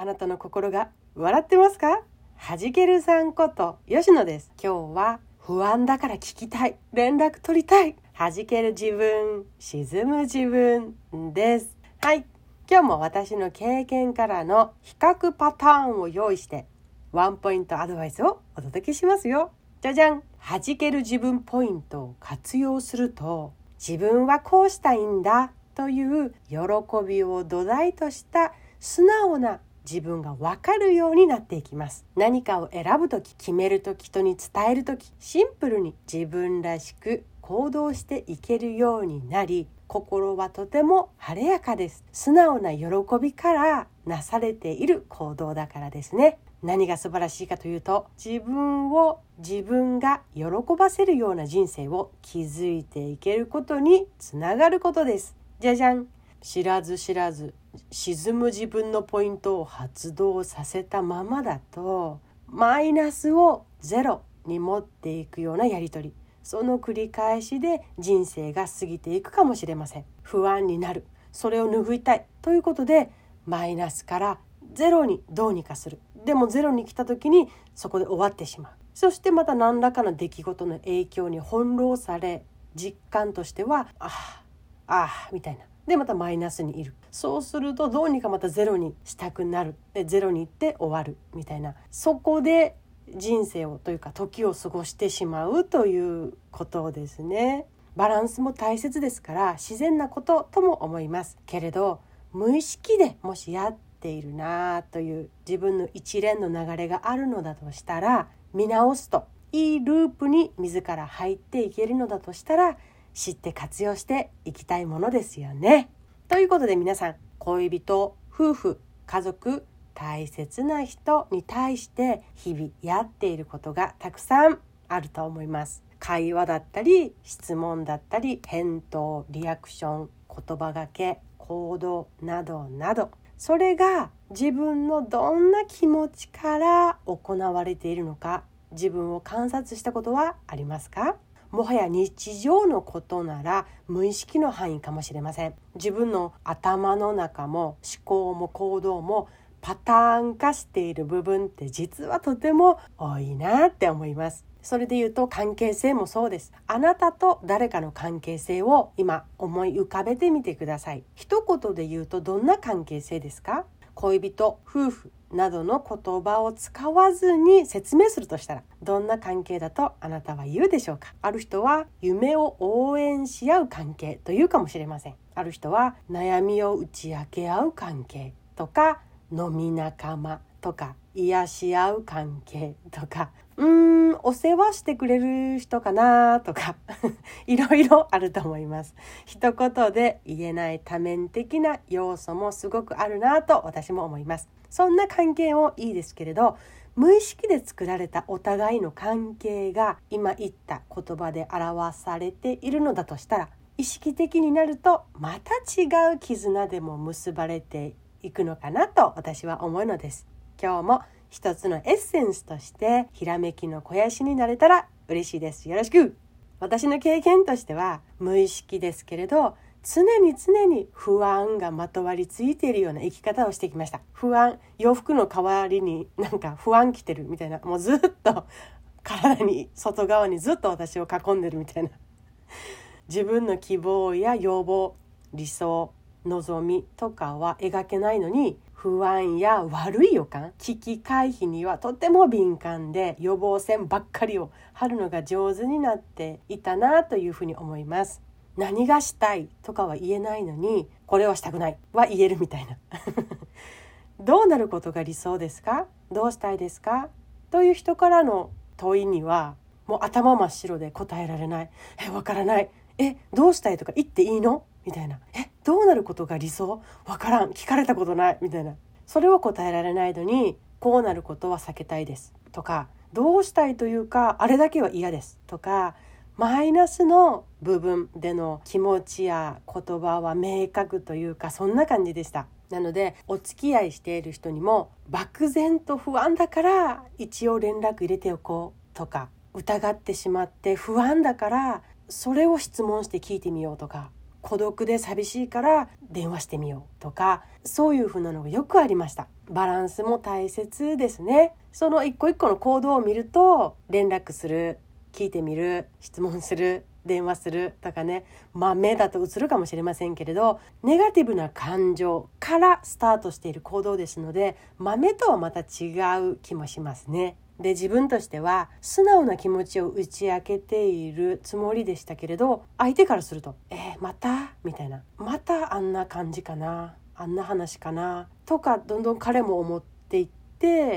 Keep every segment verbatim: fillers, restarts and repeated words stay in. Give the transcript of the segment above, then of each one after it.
あなたの心が笑ってますか？はじけるさんこと吉野です。今日は不安だから聞きたい、連絡取りたい、はじける自分、沈む自分です。はい、今日も私の経験からの比較パターンを用意してワンポイントアドバイスをお届けしますよ。じゃじゃん。はじける自分ポイントを活用すると、自分はこうしたいんだという喜びを土台とした素直な自分が分かるようになっていきます。何かを選ぶとき、決めるとき、人に伝えるとき、シンプルに自分らしく行動していけるようになり、心はとても晴れやかです。素直な喜びからなされている行動だからですね。何が素晴らしいかというと、自分を自分が喜ばせるような人生を築いていけることにつながることです。じゃじゃん。知らず知らず沈む自分のポイントを発動させたままだと、マイナスをゼロに持っていくようなやりとり、その繰り返しで人生が過ぎていくかもしれません。不安になる、それを拭いたいということで、マイナスからゼロにどうにかする。でもゼロに来た時にそこで終わってしまう。そしてまた何らかの出来事の影響に翻弄され、実感としてはああああみたいな、でまたマイナスにいる。そうするとどうにかまたゼロにしたくなる。でゼロに行って終わるみたいな、そこで人生をというか時を過ごしてしまうということですね。バランスも大切ですから自然なこととも思いますけれど、無意識でもしやっているなという自分の一連の流れがあるのだとしたら、見直すといいループに自ら入っていけるのだとしたら、知って活用していきたいものですよね。ということで皆さん、恋人、夫婦、家族、大切な人に対して日々やっていることがたくさんあると思います。会話だったり質問だったり返答、リアクション、言葉がけ、行動などなど、それが自分のどんな気持ちから行われているのか、自分を観察したことはありますか？もはや日常のことなら無意識の範囲かもしれません。自分の頭の中も思考も行動もパターン化している部分って実はとても多いなって思います。それで言うと関係性もそうです。あなたと誰かの関係性を今思い浮かべてみてください。一言で言うとどんな関係性ですか？恋人、夫婦などの言葉を使わずに説明するとしたら、どんな関係だとあなたは言うでしょうか？ある人は夢を応援し合う関係というかもしれません。ある人は悩みを打ち明け合う関係とか、飲み仲間とか、癒し合う関係とか、うーんお世話してくれる人かなとかいろいろあると思います。一言で言えない多面的な要素もすごくあるなと私も思います。そんな関係もいいですけれど、無意識で作られたお互いの関係が今言った言葉で表されているのだとしたら、意識的になるとまた違う絆でも結ばれていくのかなと私は思うのです。今日も一つのエッセンスとしてひらめきの肥やしになれたら嬉しいです。よろしく。私の経験としては無意識ですけれど、常に常に不安がまとわりついているような生き方をしてきました。不安、洋服の代わりになんか不安着てるみたいな、もうずっと体に外側にずっと私を囲んでるみたいな自分の希望や要望、理想、望みとかは描けないのに、不安や悪い予感、危機回避にはとても敏感で、予防線ばっかりを張るのが上手になっていたなというふうに思います。何がしたいとかは言えないのに、これはしたくないは言えるみたいなどうなることが理想ですか？どうしたいですか？という人からの問いにはもう頭真っ白で答えられない。え、わからない。え、どうしたいとか言っていいの？みたいな。え、どうなることが理想？わからん。聞かれたことない。みたいな。それを答えられないのに、こうなることは避けたいですとか、どうしたいというかあれだけは嫌ですとか、マイナスの部分での気持ちや言葉は明確というか、そんな感じでした。なのでお付き合いしている人にも、漠然と不安だから一応連絡入れておこうとか、疑ってしまって不安だからそれを質問して聞いてみようとか、 孤独で寂しいから電話してみようとか、そういう風なのがよくありました。バランスも大切ですね。その一個一個の行動を見ると、連絡する、聞いてみる、質問する、電話するとかね、豆だと映るかもしれませんけれど、ネガティブな感情からスタートしている行動ですので、豆とはまた違う気もしますね。で、自分としては素直な気持ちを打ち明けているつもりでしたけれど、相手からするとえー、またみたいな、またあんな感じかな、あんな話かなとか、どんどん彼も思っていって、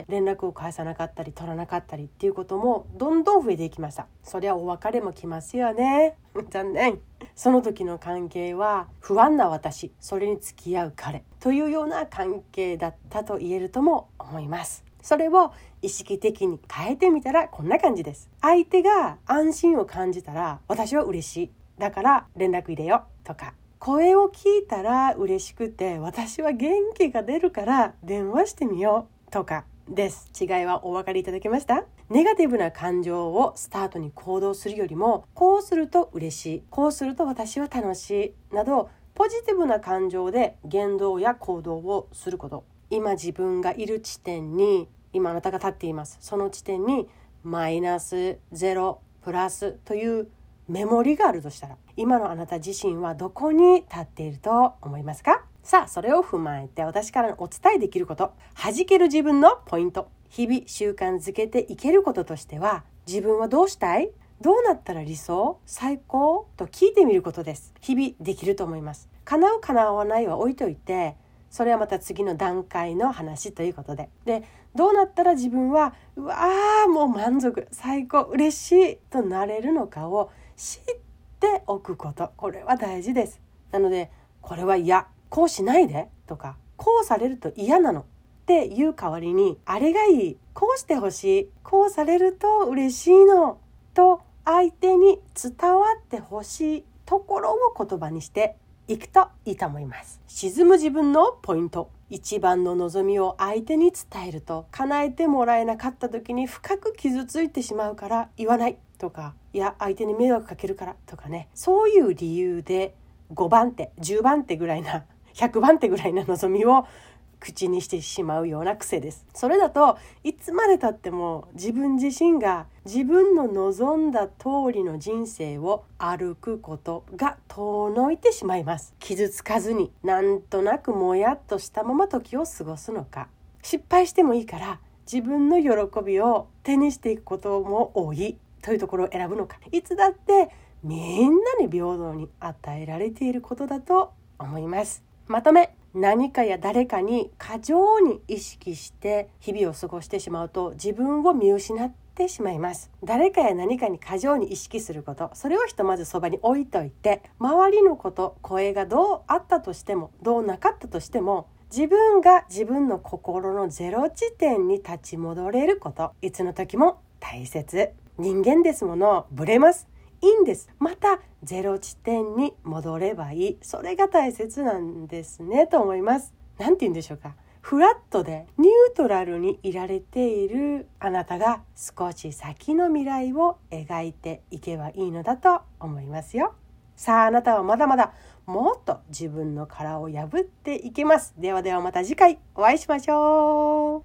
連絡を返さなかったり取らなかったりっていうこともどんどん増えていきました。そりゃお別れも来ますよね残念。その時の関係は不安な私、それに付き合う彼というような関係だったと言えるとも思います。それを意識的に変えてみたらこんな感じです。相手が安心を感じたら私は嬉しい、だから連絡入れよとか、声を聞いたら嬉しくて私は元気が出るから電話してみようとかです。違いはお分かりいただけました？ネガティブな感情をスタートに行動するよりも、こうすると嬉しい、こうすると私は楽しいなど、ポジティブな感情で言動や行動をすること。今自分がいる地点に、今あなたが立っています、その地点にマイナス、ゼロ、プラスというメモリがあるとしたら、今のあなた自身はどこに立っていると思いますか？さあ、それを踏まえて私からお伝えできること、弾ける自分のポイント、日々習慣づけていけることとしては、自分はどうしたい？どうなったら理想？最高？と聞いてみることです。日々できると思います。叶う叶わないは置いといて、それはまた次の段階の話ということで、で、どうなったら自分はうわーもう満足、最高、嬉しいとなれるのかを知っておくこと、これは大事です。なので、これは嫌、こうしないでとか、こうされると嫌なのっていう代わりに、あれがいい、こうしてほしい、こうされると嬉しいのと相手に伝わってほしいところを言葉にしていくといいと思います。沈む自分のポイント、一番の望みを相手に伝えると、叶えてもらえなかった時に深く傷ついてしまうから言わないとか、いや相手に迷惑かけるからとかね、そういう理由でごばん手、じゅうばん手ぐらいな、ひゃくばん手ぐらいな望みを口にしてしまうような癖です。それだといつまで経っても自分自身が自分の望んだ通りの人生を歩くことが遠のいてしまいます。傷つかずになんとなくもやっとしたまま時を過ごすのか、失敗してもいいから自分の喜びを手にしていくことも多いというところを選ぶのか、いつだってみんなに平等に与えられていることだと思います。まとめ、何かや誰かに過剰に意識して日々を過ごしてしまうと自分を見失ってしまいます。誰かや何かに過剰に意識すること、それをひとまずそばに置いといて、周りのこと、声がどうあったとしてもどうなかったとしても、自分が自分の心のゼロ地点に立ち戻れること、いつの時も大切。人間ですもの、ブレます、いいんです。またゼロ地点に戻ればいい。それが大切なんですねと思います。なんて言うんでしょうか。フラットでニュートラルにいられているあなたが少し先の未来を描いていけばいいのだと思いますよ。さあ、あなたはまだまだもっと自分の殻を破っていけます。ではではまた次回お会いしましょう。